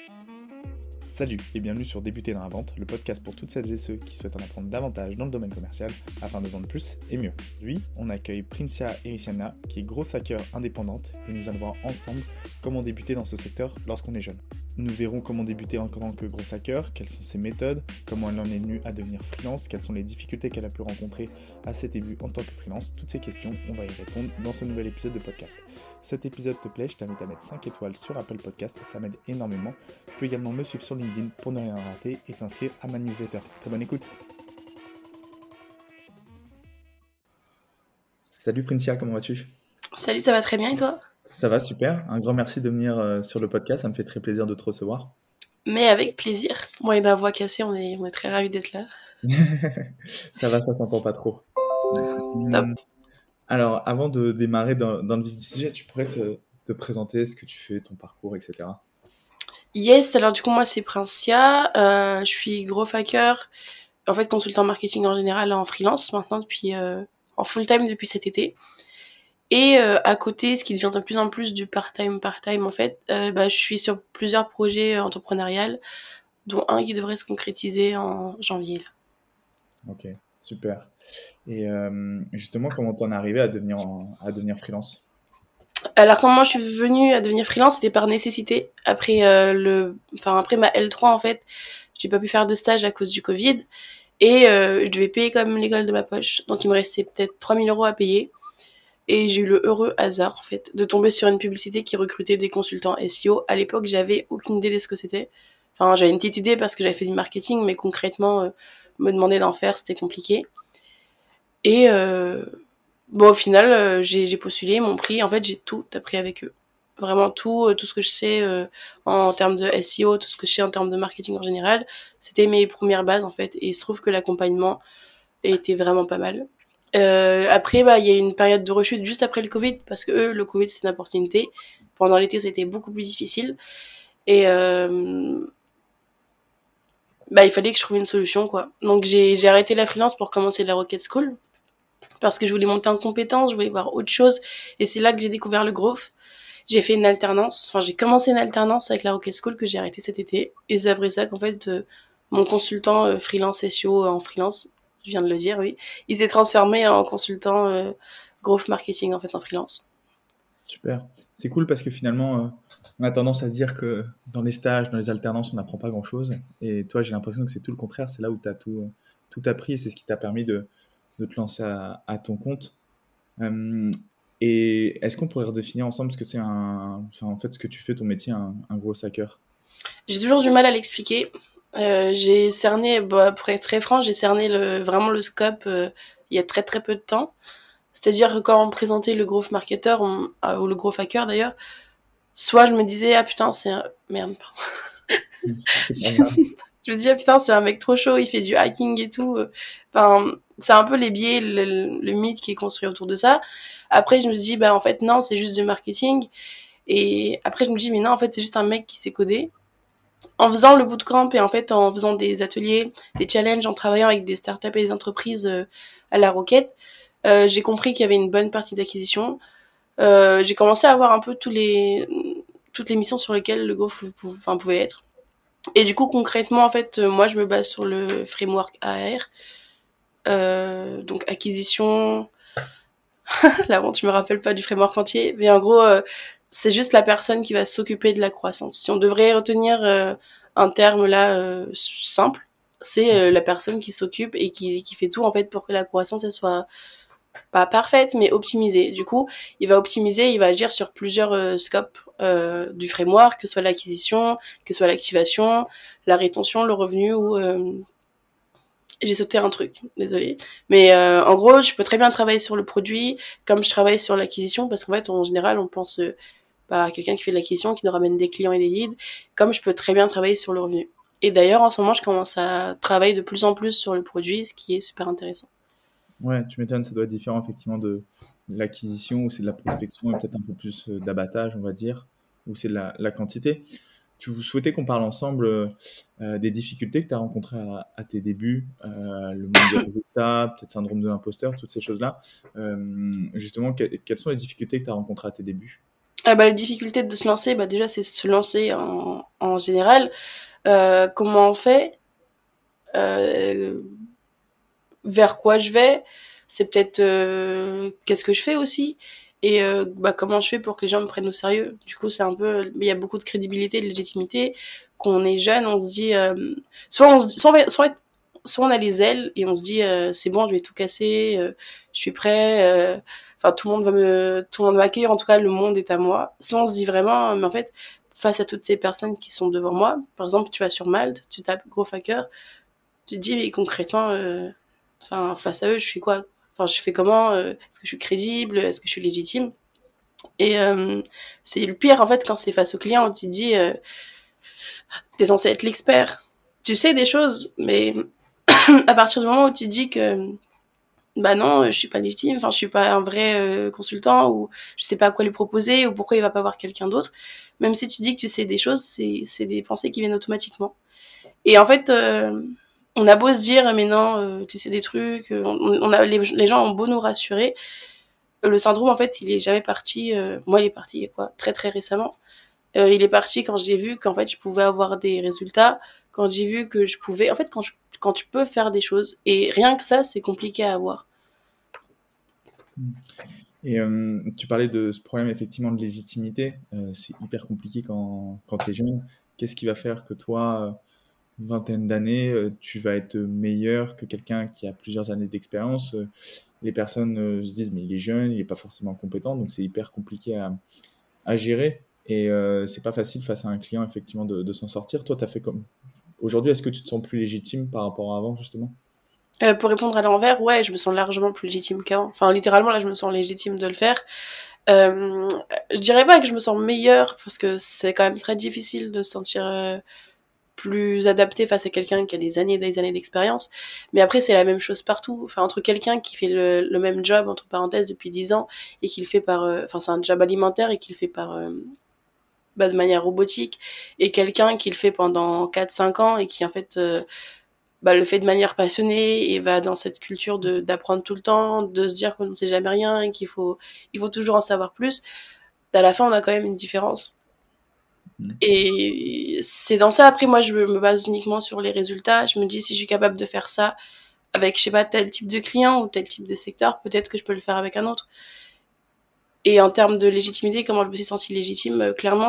Salut et bienvenue sur Débuter dans la vente, le podcast pour toutes celles et ceux qui souhaitent en apprendre davantage dans le domaine commercial afin de vendre plus et mieux. Aujourd'hui, on accueille Princia Ericiana qui est grosse hacker indépendante et nous allons voir ensemble comment débuter dans ce secteur lorsqu'on est jeune. Nous verrons comment débuter en tant que grosse hacker, quelles sont ses méthodes, comment elle en est venue à devenir freelance, quelles sont les difficultés qu'elle a pu rencontrer à ses débuts en tant que freelance. Toutes ces questions, on va y répondre dans ce nouvel épisode de podcast. Cet épisode te plaît, je t'invite à mettre 5 étoiles sur Apple Podcast, ça m'aide énormément. Tu peux également me suivre sur LinkedIn pour ne rien rater et t'inscrire à ma newsletter. Très bonne écoute. Salut Princia, comment vas-tu ? Salut, ça va très bien et toi ? Ça va, super. Un grand merci de venir sur le podcast, ça me fait très plaisir de te recevoir. Mais avec plaisir. Moi et ma voix cassée, on est très ravis d'être là. Ça va, ça s'entend pas trop. Top. Alors, avant de démarrer dans le vif du sujet, tu pourrais te présenter ce que tu fais, ton parcours, etc. Yes, alors du coup, moi c'est Princia. Je suis gros hacker, en fait consultant marketing en général en freelance maintenant, en full-time depuis cet été. Et à côté, ce qui devient de plus en plus du part-time en fait, je suis sur plusieurs projets entrepreneuriales, dont un qui devrait se concrétiser en janvier. Là. Ok, super. Et justement, comment t'en es arrivé à devenir freelance ? Alors comment je suis venue à devenir freelance, c'était par nécessité. Après ma L3 en fait, j'ai pas pu faire de stage à cause du Covid et je devais payer quand même l'école de ma poche. Donc il me restait peut-être 3000 € à payer et j'ai eu le heureux hasard en fait de tomber sur une publicité qui recrutait des consultants SEO. À l'époque, j'avais aucune idée de ce que c'était. Enfin, j'avais une petite idée parce que j'avais fait du marketing, mais concrètement me demander d'en faire, c'était compliqué. Et au final, j'ai postulé, ils m'ont pris. En fait, j'ai tout appris avec eux. Vraiment tout ce que je sais en termes de SEO, tout ce que je sais en termes de marketing en général. C'était mes premières bases, en fait. Et il se trouve que l'accompagnement était vraiment pas mal. Après, il y a eu une période de rechute juste après le Covid, parce que le Covid, c'est une opportunité. Pendant l'été, c'était beaucoup plus difficile. Et il fallait que je trouve une solution, quoi. Donc, j'ai arrêté la freelance pour commencer la Rocket School. Parce que je voulais monter en compétence, je voulais voir autre chose. Et c'est là que j'ai découvert le growth. J'ai fait une alternance, j'ai commencé une alternance avec la Rocket School que j'ai arrêtée cet été. Et c'est après ça qu'en fait, mon consultant freelance SEO en freelance, je viens de le dire, oui, il s'est transformé en consultant growth marketing en fait en freelance. Super. C'est cool parce que finalement, on a tendance à dire que dans les stages, dans les alternances, on n'apprend pas grand-chose. Et toi, j'ai l'impression que c'est tout le contraire. C'est là où tu as tout appris et c'est ce qui t'a permis de te lancer à ton compte. Et est-ce qu'on pourrait redéfinir ensemble ce que c'est ce que tu fais, ton métier, un gros hacker ? J'ai toujours du mal à l'expliquer. J'ai cerné, pour être très franc, j'ai cerné vraiment le scope il y a très très peu de temps. C'est-à-dire que quand on me présentait le growth marketer, ou le growth hacker d'ailleurs, soit je me disais, ah putain, c'est un... Merde, pardon. Je me disais, ah putain, c'est un mec trop chaud, il fait du hacking et tout. Enfin, c'est un peu les biais, le mythe qui est construit autour de ça. Après, je me suis dit, en fait, non, c'est juste du marketing. Et après, je me dis, mais non, en fait, c'est juste un mec qui sait coder. En faisant le bootcamp et en fait, en faisant des ateliers, des challenges, en travaillant avec des startups et des entreprises à la Roquette, j'ai compris qu'il y avait une bonne partie d'acquisition. J'ai commencé à voir un peu toutes les missions sur lesquelles le growth pouvait être. Et du coup, concrètement, en fait, moi, je me base sur le framework AR. Donc, acquisition... La honte, je me rappelle pas du framework entier. Mais en gros, c'est juste la personne qui va s'occuper de la croissance. Si on devrait retenir un terme là simple, c'est la personne qui s'occupe et qui fait tout en fait pour que la croissance elle soit pas parfaite mais optimisée. Du coup, il va optimiser, il va agir sur plusieurs scopes du framework, que ce soit l'acquisition, que ce soit l'activation, la rétention, le revenu ou j'ai sauté un truc, désolée. Mais en gros, je peux très bien travailler sur le produit, comme je travaille sur l'acquisition, parce qu'en fait, en général, on pense à quelqu'un qui fait de l'acquisition, qui nous ramène des clients et des leads, comme je peux très bien travailler sur le revenu. Et d'ailleurs, en ce moment, je commence à travailler de plus en plus sur le produit, ce qui est super intéressant. Ouais, tu m'étonnes, ça doit être différent effectivement de l'acquisition ou c'est de la prospection et peut-être un peu plus d'abattage, on va dire, ou c'est de la quantité. Tu souhaitais qu'on parle ensemble des difficultés que tu as rencontrées à tes débuts, le manque de résultats, peut-être syndrome de l'imposteur, toutes ces choses-là. Justement, quelles sont les difficultés que tu as rencontrées à tes débuts ? La difficulté de se lancer, déjà, c'est se lancer en général. Comment on fait, euh, vers quoi je vais, c'est peut-être qu'est-ce que je fais aussi, et comment je fais pour que les gens me prennent au sérieux. Du coup, c'est un peu, il y a beaucoup de crédibilité, de légitimité. Quand on est jeune, on se dit, soit on se dit, soit on a les ailes et on se dit, c'est bon, je vais tout casser, je suis prêt. Enfin, tout le monde va m'accueillir. En tout cas, le monde est à moi. Soit on se dit vraiment, mais en fait, face à toutes ces personnes qui sont devant moi, par exemple, tu vas sur Malte, tu tapes gros hacker, tu te dis, mais concrètement, face à eux, je fais quoi? Enfin, je fais comment? Est-ce que je suis crédible? Est-ce que je suis légitime? Et c'est le pire, en fait, quand c'est face au client, où tu te dis, t'es censé être l'expert. Tu sais des choses, mais à partir du moment où tu te dis que, bah non, je suis pas légitime, enfin, je suis pas un vrai consultant, ou je sais pas quoi lui proposer, ou pourquoi il va pas voir quelqu'un d'autre, même si tu dis que tu sais des choses, c'est des pensées qui viennent automatiquement. Et en fait, on a beau se dire, mais non, tu sais des trucs, les gens ont beau nous rassurer, le syndrome, en fait, il est jamais parti. Moi, il est parti, quoi, très très récemment. Il est parti quand j'ai vu qu'en fait, je pouvais avoir des résultats, quand j'ai vu que je pouvais, en fait, quand tu peux faire des choses. Et rien que ça, c'est compliqué à avoir. Et tu parlais de ce problème effectivement de légitimité. C'est hyper compliqué quand tu es jeune. Qu'est-ce qui va faire que toi, vingtaine d'années, tu vas être meilleur que quelqu'un qui a plusieurs années d'expérience? Les personnes se disent, mais il est jeune, il n'est pas forcément compétent, donc c'est hyper compliqué à gérer. Et c'est pas facile face à un client effectivement de s'en sortir. Toi, tu as fait comme. Aujourd'hui, est-ce que tu te sens plus légitime par rapport à avant, justement? Pour répondre à l'envers, ouais, je me sens largement plus légitime qu'avant. Enfin, littéralement, là, je me sens légitime de le faire. Euh, je dirais pas que je me sens meilleure, parce que c'est quand même très difficile de se sentir plus adapté face à quelqu'un qui a des années et des années d'expérience. Mais après, c'est la même chose partout. Enfin, entre quelqu'un qui fait le même job, entre parenthèses, depuis 10 ans, et qui le fait par... Enfin, c'est un job alimentaire et qui le fait par... de manière robotique, et quelqu'un qui le fait pendant 4 5 ans et qui, en fait... le fait de manière passionnée et va dans cette culture d'apprendre tout le temps, de se dire qu'on ne sait jamais rien et il faut toujours en savoir plus. À la fin, on a quand même une différence. Mm. Et c'est dans ça, après, moi, je me base uniquement sur les résultats. Je me dis, si je suis capable de faire ça avec, je sais pas, tel type de client ou tel type de secteur, peut-être que je peux le faire avec un autre. Et en termes de légitimité, comment je me suis sentie légitime, clairement,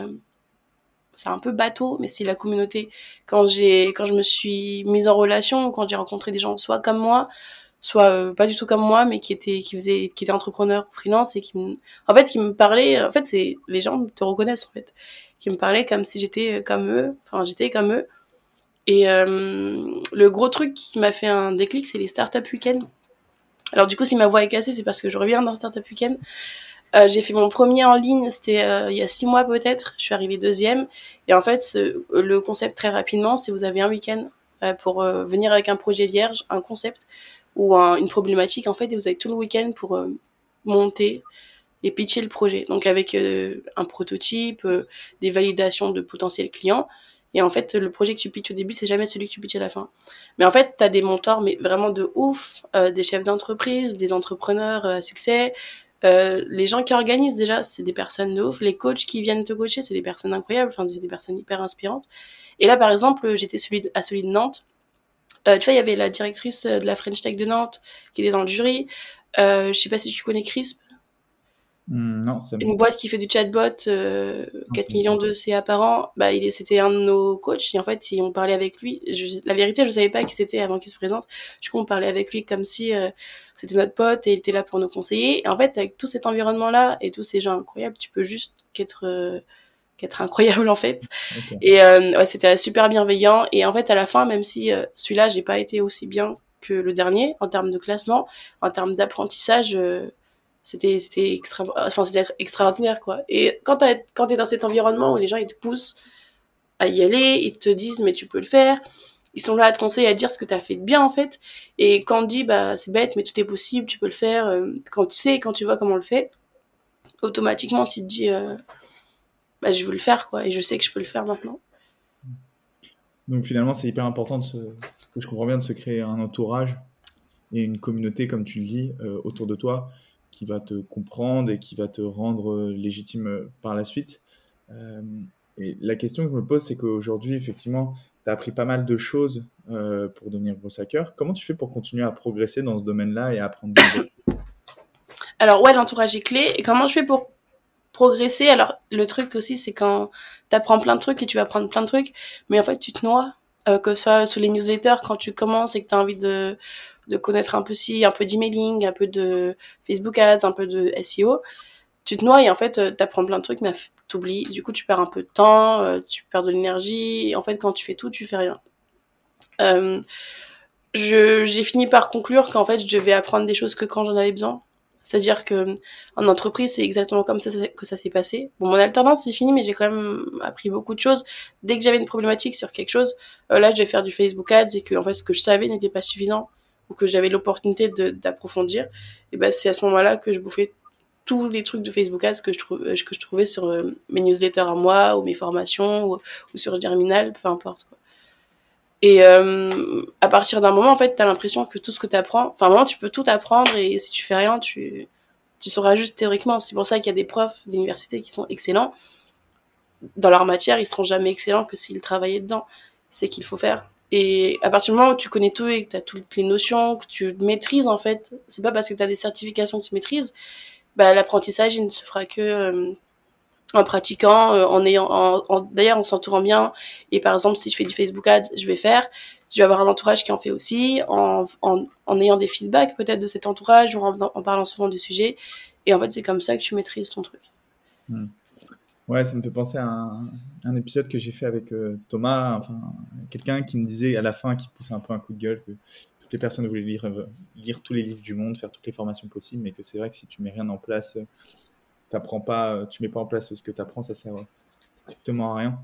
c'est un peu bateau, mais c'est la communauté. Quand je me suis mise en relation, quand j'ai rencontré des gens soit comme moi, soit pas du tout comme moi, mais qui étaient entrepreneurs ou freelance et en fait, qui me parlaient, en fait, c'est, les gens te reconnaissent, en fait, qui me parlaient comme si j'étais comme eux, enfin, j'étais comme eux. Et le gros truc qui m'a fait un déclic, c'est les startup week-ends. Alors du coup, si ma voix est cassée, c'est parce que je reviens d'un startup week-end. J'ai fait mon premier en ligne, c'était il y a 6 mois peut-être. Je suis arrivée deuxième. Et en fait, le concept très rapidement, c'est vous avez un week-end pour venir avec un projet vierge, un concept ou une problématique en fait, et vous avez tout le week-end pour monter et pitcher le projet. Donc avec un prototype, des validations de potentiels clients. Et en fait, le projet que tu pitches au début, c'est jamais celui que tu pitches à la fin. Mais en fait, tu as des mentors, mais vraiment de ouf, des chefs d'entreprise, des entrepreneurs à succès. Les gens qui organisent déjà, c'est des personnes de ouf. Les coachs qui viennent te coacher, c'est des personnes incroyables. Enfin, c'est des personnes hyper inspirantes. Et là, par exemple, j'étais à celui de Nantes. Tu vois, il y avait la directrice de la French Tech de Nantes qui était dans le jury. Je sais pas si tu connais Crisp, Non, ça me. une boîte qui fait du chatbot, Non, 4 ça me parle millions pas. de CA par an. C'était un de nos coachs. Et en fait, si on parlait avec lui, la vérité, je savais pas qui c'était avant qu'il se présente. Du coup, on parlait avec lui comme si c'était notre pote et il était là pour nous conseiller. Et en fait, avec tout cet environnement-là et tous ces gens incroyables, tu peux juste qu'être incroyable en fait. Ok. Et ouais, c'était super bienveillant. Et en fait, à la fin, même si celui-là, j'ai pas été aussi bien que le dernier en termes de classement, en termes d'apprentissage, c'était extraordinaire quoi. Et quand t'es dans cet environnement où les gens ils te poussent à y aller, ils te disent mais tu peux le faire, ils sont là à te conseiller, à te dire ce que t'as fait de bien en fait. Et quand on te dit bah c'est bête mais tout est possible, tu peux le faire, quand tu sais, quand tu vois comment on le fait, automatiquement tu te dis bah je veux le faire quoi et je sais que je peux le faire maintenant. Donc finalement, c'est hyper important ce que je comprends bien, de se créer un entourage et une communauté, comme tu le dis, autour de toi, qui va te comprendre et qui va te rendre légitime par la suite. Euh, et la question que je me pose, c'est qu'aujourd'hui, effectivement, tu as appris pas mal de choses pour devenir gros hacker. Comment tu fais pour continuer à progresser dans ce domaine-là et à apprendre de nouvelles? Alors ouais, l'entourage est clé. Et comment je fais pour progresser? Alors le truc aussi, c'est quand t'apprends plein de trucs et tu vas apprendre plein de trucs, mais en fait tu te noies, que ce soit sur les newsletters quand tu commences et que tu as envie de connaître un peu un peu d'emailing, un peu de Facebook Ads, un peu de SEO, tu te noies et en fait t'apprends plein de trucs mais t'oublies. Du coup tu perds un peu de temps, tu perds de l'énergie. Et en fait quand tu fais tout, tu fais rien. Euh, j'ai fini par conclure qu'en fait je devais apprendre des choses que quand j'en avais besoin. C'est-à-dire que en entreprise, c'est exactement comme ça que ça s'est passé. Bon, mon alternance c'est fini, mais j'ai quand même appris beaucoup de choses. Dès que j'avais une problématique sur quelque chose, là je vais faire du Facebook Ads et que en fait ce que je savais n'était pas suffisant ou que j'avais l'opportunité d'approfondir. Et ben c'est à ce moment-là que je bouffais tous les trucs de Facebook Ads que je trouvais sur mes newsletters à moi ou mes formations ou sur Germinal, peu importe quoi. Et à partir d'un moment, en fait, t'as l'impression que tout ce que t'apprends, enfin, à un moment, tu peux tout apprendre et si tu fais rien, tu sauras juste théoriquement. C'est pour ça qu'il y a des profs d'université qui sont excellents. Dans leur matière, ils seront jamais excellents que s'ils travaillaient dedans. C'est qu'il faut faire. Et à partir du moment où tu connais tout et que t'as toutes les notions, que tu maîtrises, en fait, c'est pas parce que t'as des certifications que tu maîtrises, bah, l'apprentissage, il ne se fera que en pratiquant, d'ailleurs en s'entourant bien. Et par exemple, si je fais du Facebook Ads, je vais avoir un entourage qui en fait aussi, en ayant des feedbacks peut-être de cet entourage ou en parlant souvent du sujet. Et en fait, c'est comme ça que tu maîtrises ton truc. Hmm. Ouais, ça me fait penser à un épisode que j'ai fait avec Thomas, enfin, quelqu'un qui me disait à la fin, qui poussait un peu un coup de gueule, que toutes les personnes voulaient lire tous les livres du monde, faire toutes les formations possibles, mais que c'est vrai que si tu mets rien en place, t'apprends pas, tu mets pas en place ce que tu apprends, ça sert strictement à rien.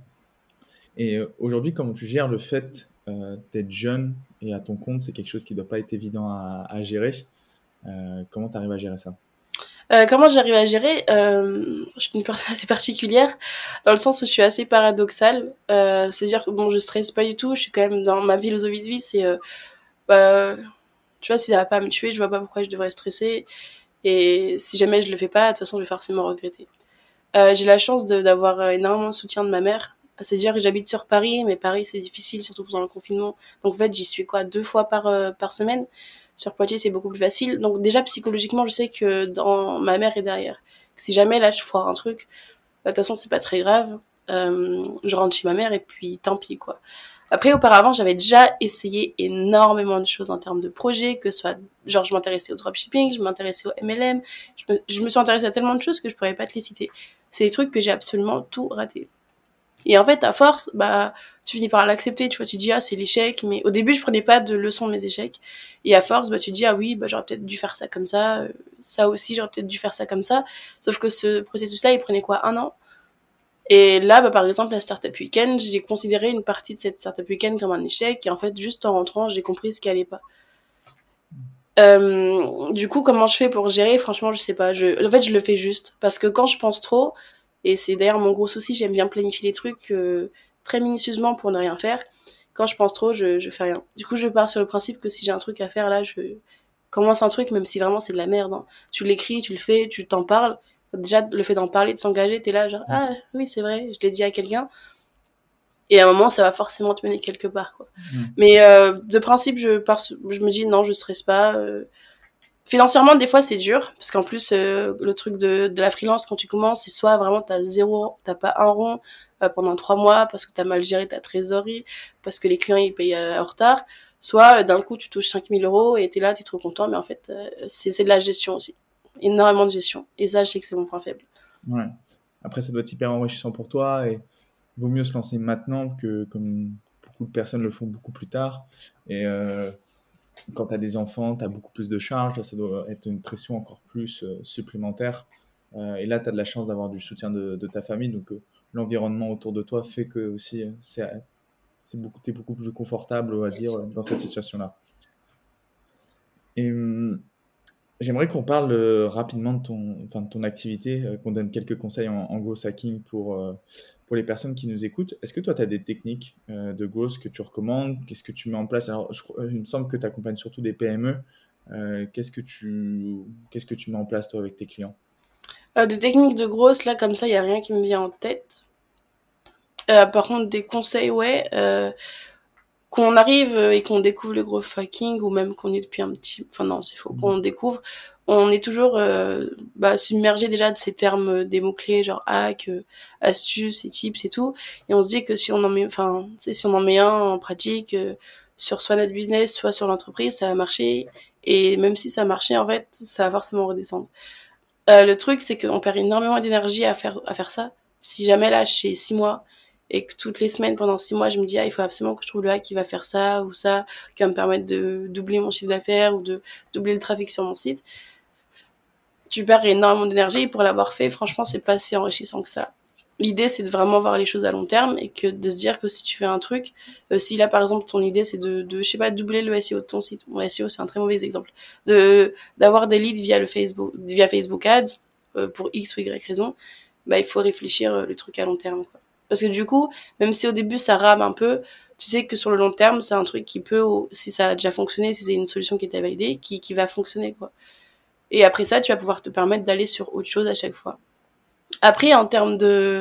Et aujourd'hui, comment tu gères le fait d'être jeune et à ton compte, c'est quelque chose qui doit pas être évident à gérer. Comment tu arrives à gérer ça? Comment j'arrive à gérer Je suis une personne assez particulière, dans le sens où je suis assez paradoxale. C'est-à-dire que bon, je stresse pas du tout, je suis quand même dans ma philosophie de vie, c'est... bah, tu vois, si ça va pas me tuer, je vois pas pourquoi je devrais stresser. Et si jamais je le fais pas, de toute façon, je vais forcément regretter. J'ai la chance d'avoir énormément de soutien de ma mère. C'est-à-dire que j'habite sur Paris, mais Paris c'est difficile, surtout pendant le confinement. Donc en fait, j'y suis quoi, 2 fois par semaine. Sur Poitiers, c'est beaucoup plus facile. Donc déjà psychologiquement, je sais que ma mère est derrière. Que si jamais là je foire un truc, de toute façon c'est pas très grave. Je rentre chez ma mère et puis tant pis quoi. Après, auparavant, j'avais déjà essayé énormément de choses en termes de projets, que ce soit, genre, je m'intéressais au dropshipping, je m'intéressais au MLM, je me suis intéressée à tellement de choses que je pourrais pas te les citer. C'est des trucs que j'ai absolument tout raté. Et en fait, à force, bah, tu finis par l'accepter, tu vois, tu dis, ah, c'est l'échec, mais au début, je prenais pas de leçons de mes échecs. Et à force, bah, tu dis, ah oui, bah, j'aurais peut-être dû faire ça comme ça aussi, j'aurais peut-être dû faire ça comme ça. Sauf que ce processus-là, il prenait quoi, 1 an? Et là, bah, par exemple, la Startup Weekend, j'ai considéré une partie de cette Startup Weekend comme un échec. Et en fait, juste en rentrant, j'ai compris ce qui allait pas. Du coup, comment je fais pour gérer? Franchement, je sais pas. En fait, je le fais juste. Parce que quand je pense trop, et c'est d'ailleurs mon gros souci, j'aime bien planifier les trucs très minutieusement pour ne rien faire. Quand je pense trop, je fais rien. Du coup, je pars sur le principe que si j'ai un truc à faire, là, je commence un truc, même si vraiment c'est de la merde. Hein. Tu l'écris, tu le fais, tu t'en parles. Déjà, le fait d'en parler, de s'engager, t'es là, genre, ah oui, c'est vrai, je l'ai dit à quelqu'un. Et à un moment, ça va forcément te mener quelque part, quoi. Mm. Mais de principe, je me dis, non, je stresse pas. Financièrement, des fois, c'est dur, parce qu'en plus, le truc de la freelance, quand tu commences, c'est soit vraiment t'as pas un rond pendant 3 mois, parce que t'as mal géré ta trésorerie, parce que les clients, ils payent en retard, soit d'un coup, tu touches 5 000 € et t'es là, t'es trop content, mais en fait, c'est de la gestion aussi. Énormément de gestion. Et ça, je sais que c'est mon point faible. Ouais. Après, ça doit être hyper enrichissant pour toi et vaut mieux se lancer maintenant que comme beaucoup de personnes le font beaucoup plus tard. Et quand tu as des enfants, tu as beaucoup plus de charges, ça doit être une pression encore plus supplémentaire. Et là, tu as de la chance d'avoir du soutien de ta famille, donc l'environnement autour de toi fait que aussi t'es beaucoup plus confortable, on va dire, Yes. dans cette situation-là. Et j'aimerais qu'on parle rapidement enfin, de ton activité, qu'on donne quelques conseils en growth hacking pour les personnes qui nous écoutent. Est-ce que toi, tu as des techniques de growth que tu recommandes? Qu'est-ce que tu mets en place? Alors, il me semble que tu accompagnes surtout des PME. Qu'est-ce que tu mets en place, toi, avec tes clients? Des techniques de growth, là, comme ça, il n'y a rien qui me vient en tête. Par contre, des conseils, ouais. Qu'on arrive et qu'on découvre le growth hacking, ou même qu'on est depuis un petit... Enfin non, c'est faux. Qu'on découvre, on est toujours submergé déjà de ces termes, des mots-clés, genre hack, astuces et tips et tout. Et on se dit que si on en met, si on en met un en pratique, sur soit notre business, soit sur l'entreprise, ça va marcher. Et même si ça marchait, en fait, ça va forcément redescendre. Le truc, c'est qu'on perd énormément d'énergie à faire ça. Si jamais là, j'ai 6 mois et que toutes les semaines, pendant 6 mois, je me dis, il faut absolument que je trouve le hack qui va faire ça ou ça, qui va me permettre de doubler mon chiffre d'affaires ou de doubler le trafic sur mon site, tu perds énormément d'énergie. Et pour l'avoir fait, franchement, c'est pas si enrichissant que ça. L'idée, c'est de vraiment voir les choses à long terme et que de se dire que si tu fais un truc, si là, par exemple, ton idée, c'est je sais pas, doubler le SEO de ton site. Bon, SEO, c'est un très mauvais exemple. D'avoir des leads via Facebook Ads, pour X ou Y raison, il faut réfléchir, le truc à long terme, quoi. Parce que du coup, même si au début, ça rame un peu, tu sais que sur le long terme, c'est un truc qui peut, si ça a déjà fonctionné, si c'est une solution qui était validée, qui va fonctionner, quoi. Et après ça, tu vas pouvoir te permettre d'aller sur autre chose à chaque fois. Après, en termes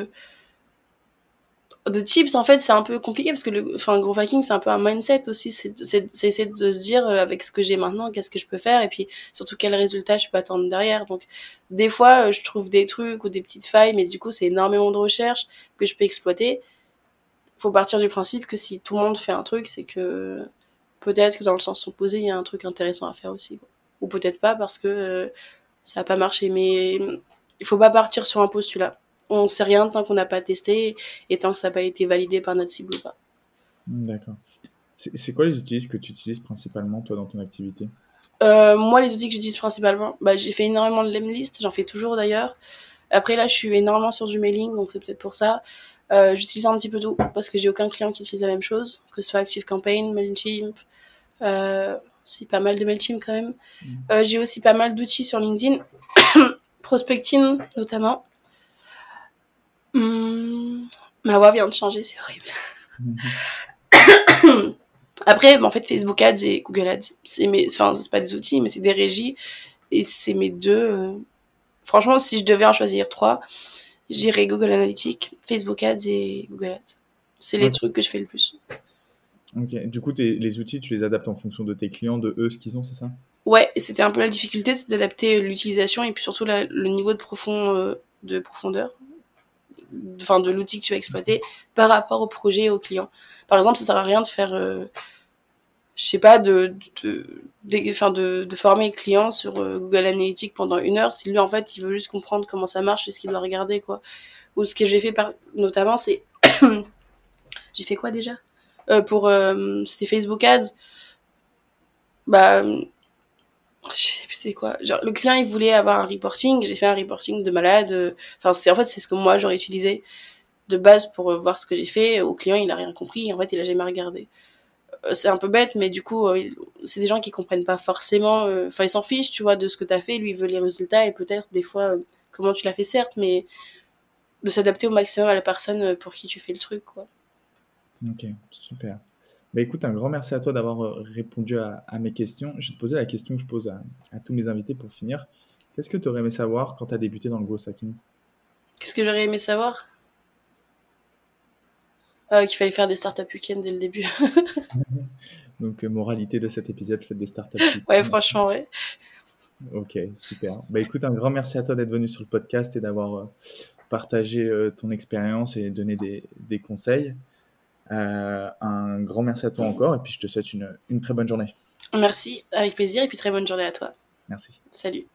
de tips, en fait, c'est un peu compliqué parce que growth hacking, c'est un peu un mindset aussi. C'est essayer de se dire, avec ce que j'ai maintenant, qu'est-ce que je peux faire et puis surtout quel résultat je peux attendre derrière. Donc, des fois, je trouve des trucs ou des petites failles, mais du coup, c'est énormément de recherche que je peux exploiter. Faut partir du principe que si tout le monde fait un truc, c'est que peut-être que dans le sens opposé, il y a un truc intéressant à faire aussi, quoi. Ou peut-être pas parce que, ça a pas marché. Mais il faut pas partir sur un postulat. On sait rien tant qu'on n'a pas testé et tant que ça n'a pas été validé par notre cible ou pas. D'accord. C'est quoi les outils que tu utilises principalement, toi, dans ton activité? Moi, les outils que j'utilise principalement, j'ai fait énormément de lemlist, j'en fais toujours d'ailleurs. Après, là, je suis énormément sur du mailing, donc c'est peut-être pour ça. J'utilise un petit peu tout, parce que j'ai aucun client qui utilise la même chose, que ce soit ActiveCampaign, Mailchimp, c'est pas mal de Mailchimp quand même. J'ai aussi pas mal d'outils sur LinkedIn, Prospecting notamment. Ma voix vient de changer, c'est horrible. Après, en fait, Facebook Ads et Google Ads, c'est pas des outils, mais c'est des régies, et c'est mes deux. Franchement, si je devais en choisir 3, je dirais Google Analytics, Facebook Ads et Google Ads. C'est les trucs que je fais le plus. Ok. Du coup, les outils, tu les adaptes en fonction de tes clients, de eux, ce qu'ils ont, c'est ça? Ouais, et c'était un peu la difficulté, c'est d'adapter l'utilisation et puis surtout le niveau de profondeur, de l'outil que tu vas exploiter par rapport au projet et au client. Par exemple, ça sert à rien de faire, je sais pas, de former le client sur Google Analytics pendant 1 heure si lui, en fait, il veut juste comprendre comment ça marche et ce qu'il doit regarder, quoi. Ou ce que j'ai fait notamment, c'est j'ai fait quoi déjà, c'était Facebook Ads. Je sais plus c'était quoi. Genre, le client, il voulait avoir un reporting. J'ai fait un reporting de malade. C'est ce que moi, j'aurais utilisé de base pour voir ce que j'ai fait. Au client, il a rien compris. En fait, il a jamais regardé. C'est un peu bête, mais du coup, c'est des gens qui comprennent pas forcément. Ils s'en fichent, tu vois, de ce que t'as fait. Lui, il veut les résultats et peut-être, des fois, comment tu l'as fait, certes, mais de s'adapter au maximum à la personne pour qui tu fais le truc, quoi. Ok, super. Bah écoute, un grand merci à toi d'avoir répondu à mes questions. Je vais te poser la question que je pose à tous mes invités pour finir. Qu'est-ce que tu aurais aimé savoir quand tu as débuté dans le growth hacking? Qu'est-ce que j'aurais aimé savoir? Qu'il fallait faire des startup week-ends dès le début. Donc, moralité de cet épisode, faites des startups. Ouais, franchement, ouais. Ok, super. Bah écoute, un grand merci à toi d'être venu sur le podcast et d'avoir partagé ton expérience et donné des conseils. Un grand merci à toi encore et puis je te souhaite une très bonne journée. Merci, avec plaisir, et puis très bonne journée à toi. Merci. Salut.